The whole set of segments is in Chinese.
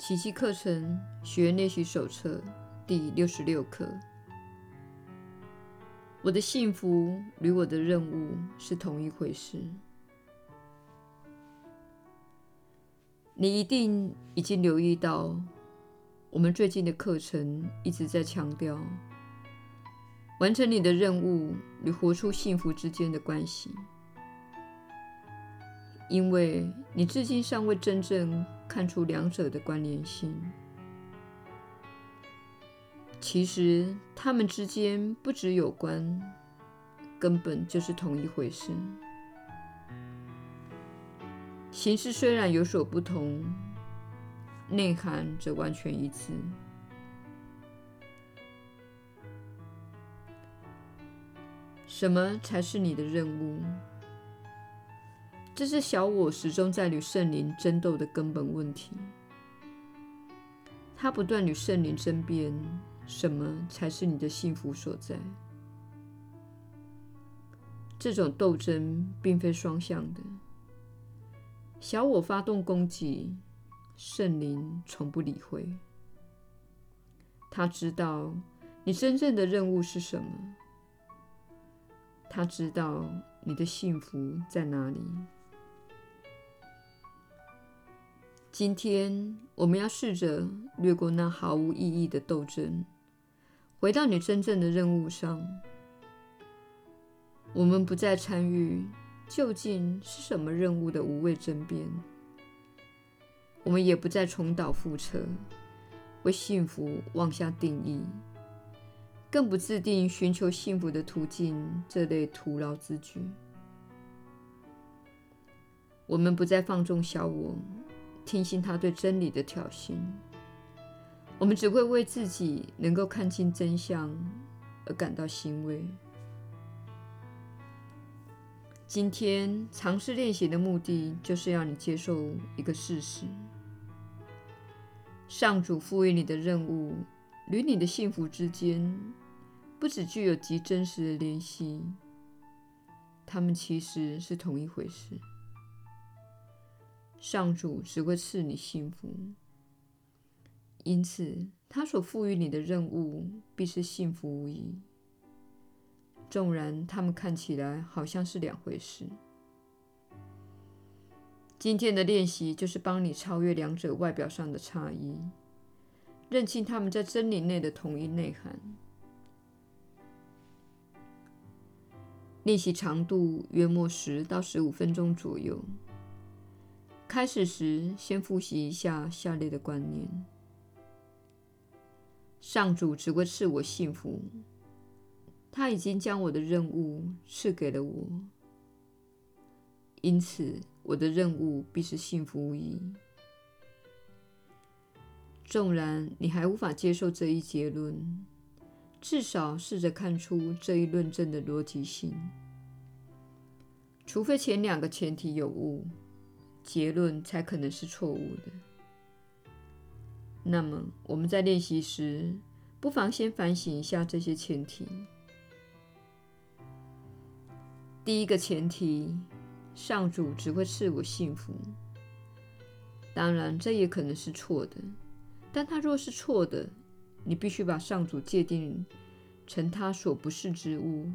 奇迹课程学员练习手册第66课。我的幸福与我的任务是同一回事。你一定已经留意到，我们最近的课程一直在强调完成你的任务与活出幸福之间的关系，因为你至今尚未真正看出两者的关联性。其实它们之间不只有关，根本就是同一回事。形式虽然有所不同，内涵则完全一致。什么才是你的任务？这是小我始终在与圣灵争斗的根本问题。他不断与圣灵争辩，什么才是你的幸福所在？这种斗争并非双向的。小我发动攻击，圣灵从不理会。他知道你真正的任务是什么，他知道你的幸福在哪里。今天我们要试着略过那毫无意义的斗争，回到你真正的任务上。我们不再参与究竟是什么任务的无谓争辩，我们也不再重蹈覆辙，为幸福妄下定义，更不制定寻求幸福的途径这类徒劳之举。我们不再放纵小我，听信他对真理的挑衅，我们只会为自己能够看清真相而感到欣慰。今天尝试练习的目的，就是要你接受一个事实：上主赋予你的任务与你的幸福之间，不只具有极真实的联系，它们其实是同一回事。上主只会赐你幸福，因此他所赋予你的任务必是幸福无疑，纵然它们看起来好像是两回事。今天的练习就是帮你超越两者外表上的差异，认清它们在真理内的同一内涵。练习长度约莫10到15分钟左右。开始时，先复习一下下列的观念：上主只会赐我幸福，他已经将我的任务赐给了我，因此我的任务必是幸福无疑。纵然你还无法接受这一结论，至少试着看出这一论证的逻辑性。除非前两个前提有误，结论才可能是错误的。那么我们在练习时，不妨先反省一下这些前提。第一个前提，上主只会赐我幸福。当然，这也可能是错的，但它若是错的，你必须把上主界定成他所不是之物。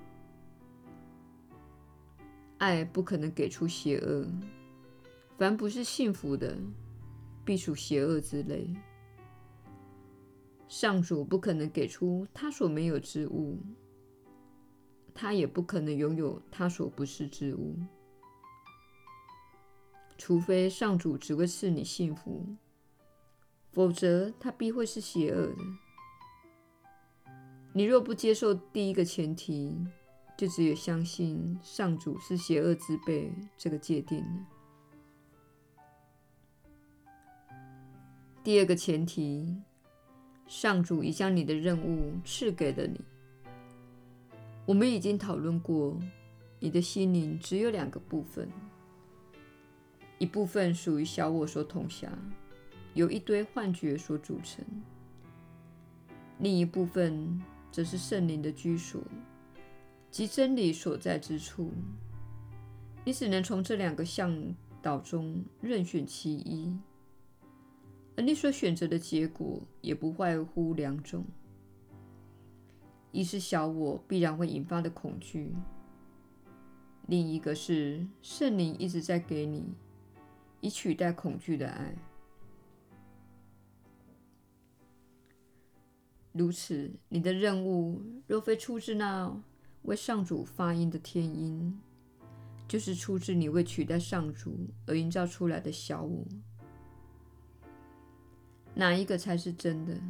爱不可能给出邪恶，凡不是幸福的，必属邪恶之类。上主不可能给出他所没有之物，他也不可能拥有他所不是之物。除非上主只会赐你幸福，否则他必会是邪恶的。你若不接受第一个前提，就只有相信上主是邪恶之辈这个界定了。第二个前提，上主已将你的任务赐给了你。我们已经讨论过，你的心灵只有2个部分，一部分属于小我所统辖，由一堆幻觉所组成；另一部分则是圣灵的居所，即真理所在之处。你只能从这2个向导中任选其一。 而你所选择的结果也不外乎两种：一是小我必然会引发的恐惧，另一个是圣灵一直在给你以取代恐惧的爱。如此，你的任务若非出自那为上主发音的天音，就是出自你为取代上主而营造出来的小我。哪一个才是真的？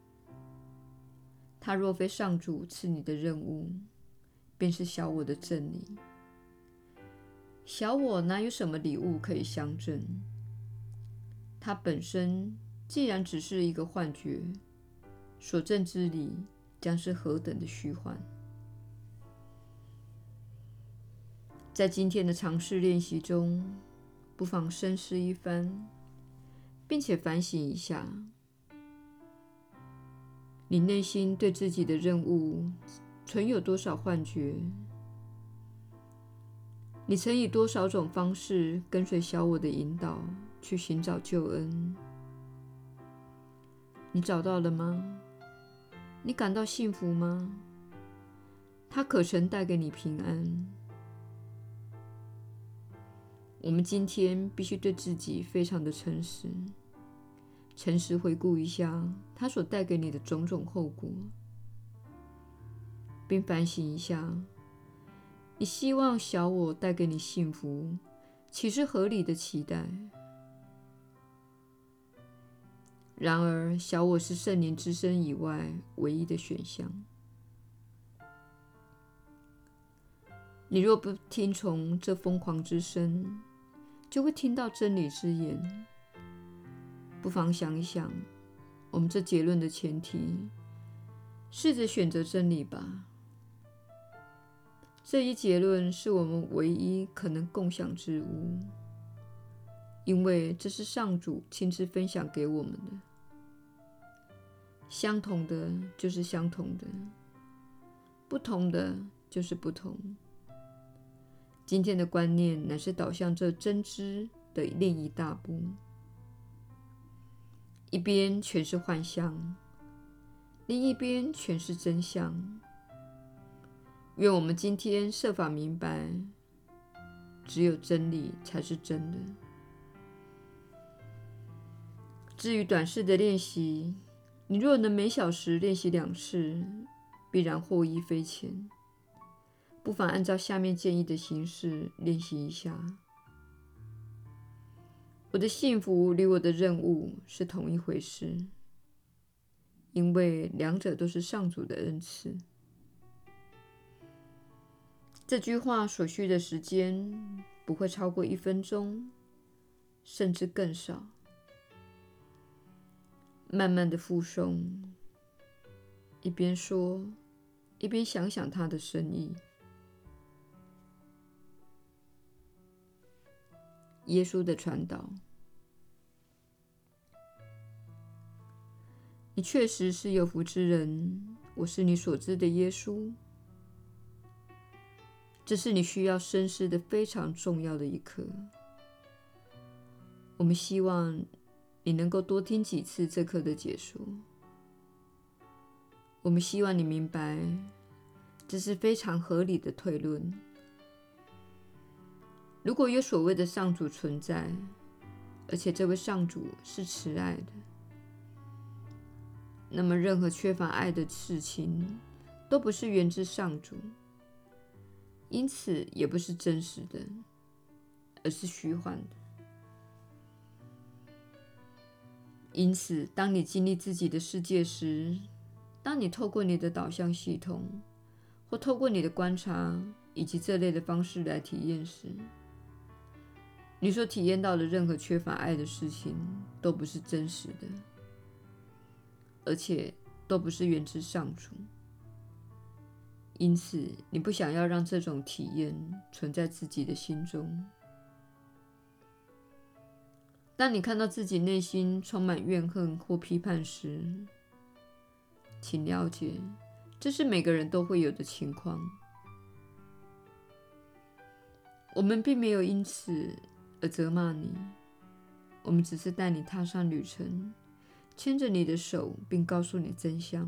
它若非上主赐你的任务，便是小我的赠礼。小我哪有什么礼物可以相赠？它本身既然只是一个幻觉，所赠之礼将是何等的虚幻。在今天的尝试练习中，不妨深思一番，并且反省一下，你内心对自己的任务存有多少幻觉？你曾以多少种方式跟随小我的引导去寻找救恩？你找到了吗？你感到幸福吗？它可曾带给你平安？我们今天必须对自己非常的诚实，诚实回顾一下它所带给你的种种后果，并反省一下，你希望小我带给你幸福，岂是合理的期待？然而，小我是圣灵之声以外唯一的选项。你若不听从这疯狂之声，就会听到真理之言。不妨想一想，我们这结论的前提，试着选择真理吧。这一结论是我们唯一可能共享之物，因为这是上主亲自分享给我们的。相同的就是相同的，不同的就是不同。今天的观念乃是导向这真知的另一大步。一边全是幻象，另一边全是真相。愿我们今天设法明白，只有真理才是真的。至于短视的练习，你若能每小时练习2次，必然获益匪浅。不妨按照下面建议的形式练习一下。我的幸福与我的任务是同一回事，因为两者都是上主的恩赐。这句话所需的时间不会超过1分钟，甚至更少。慢慢的复诵，一边说，一边想想它的深意。耶稣的传导。你确实是有福之人，我是你所知的耶稣。这是你需要深思的非常重要的一课。我们希望你能够多听几次这课的解说。我们希望你明白，这是非常合理的推论。如果有所谓的上主存在，而且这位上主是慈爱的，那么任何缺乏爱的事情都不是源自上主，因此也不是真实的，而是虚幻的。因此，当你经历自己的世界时，当你透过你的导向系统，或透过你的观察以及这类的方式来体验时，你所体验到的任何缺乏爱的事情都不是真实的，而且都不是源自上主。因此，你不想要让这种体验存在自己的心中。当你看到自己内心充满怨恨或批判时，请了解，这是每个人都会有的情况。我们并没有因此而责骂你， 我们只是带你踏上旅程，牵着你的手，并告诉你真相。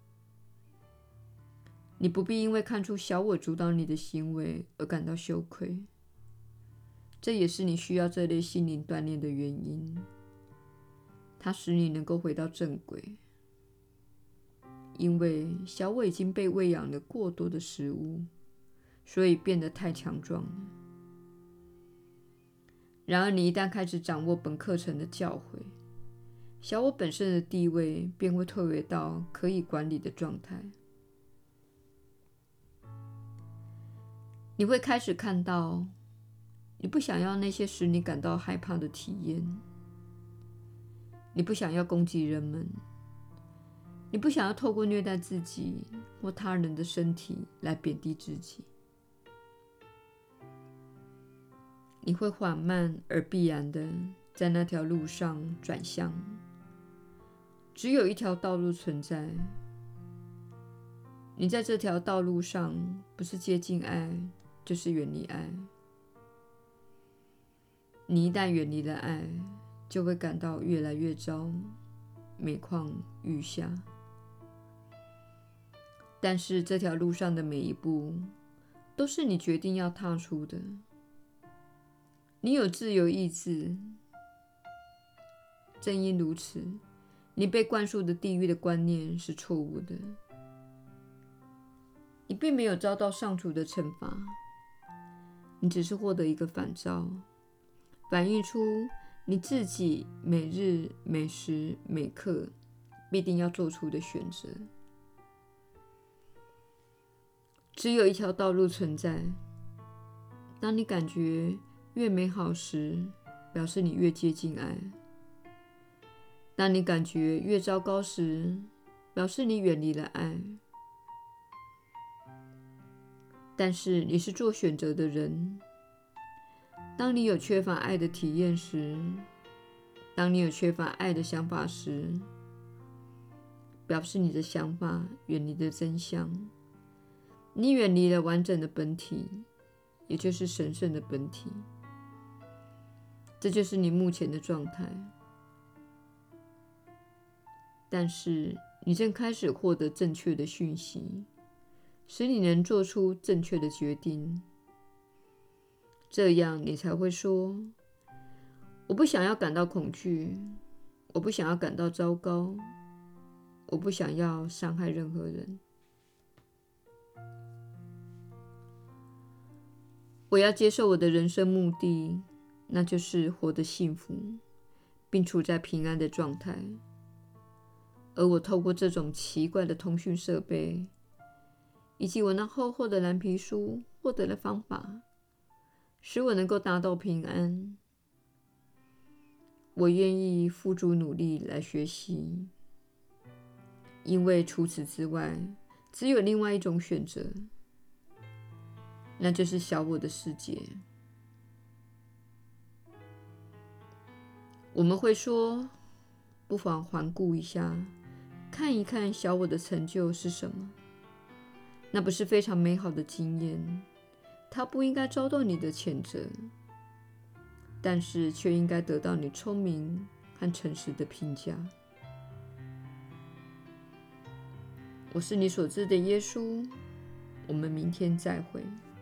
你不必因为看出小我主导你的行为而感到羞愧，这也是你需要这类心灵锻炼的原因。它使你能够回到正轨，因为小我已经被喂养了过多的食物，所以变得太强壮了。然而，你一旦开始掌握本课程的教诲，小我本身的地位便会退回到可以管理的状态。你会开始看到，你不想要那些使你感到害怕的体验，你不想要攻击人们，你不想要透过虐待自己或他人的身体来贬低自己。你会缓慢而必然的在那条路上转向。只有一条道路存在，你在这条道路上不是接近爱，就是远离爱。你一旦远离了爱，就会感到越来越糟，每况愈下。但是这条路上的每一步都是你决定要踏出的。你有自由意志，正因如此，你被灌输的地狱的观念是错误的。你并没有遭到上主的惩罚，你只是获得一个反照，反映出你自己每日每时每刻必定要做出的选择。只有一条道路存在，当你感觉越美好时，表示你越接近爱；当你感觉越糟糕时，表示你远离了爱。但是你是做选择的人。当你有缺乏爱的体验时，当你有缺乏爱的想法时，表示你的想法远离了真相，你远离了完整的本体，也就是神圣的本体。这就是你目前的状态。但是你正开始获得正确的讯息，使你能做出正确的决定。这样你才会说，我不想要感到恐惧，我不想要感到糟糕，我不想要伤害任何人。我要接受我的人生目的，那就是活得幸福，并处在平安的状态。而我透过这种奇怪的通讯设备，以及我那厚厚的蓝皮书，获得了方法，使我能够达到平安。我愿意付诸努力来学习，因为除此之外，只有另外一种选择，那就是小我的世界。我们会说，不妨环顾一下，看一看小我的成就是什么。那不是非常美好的经验，它不应该遭到你的谴责，但是却应该得到你聪明和诚实的评价。我是你所知的耶稣，我们明天再会。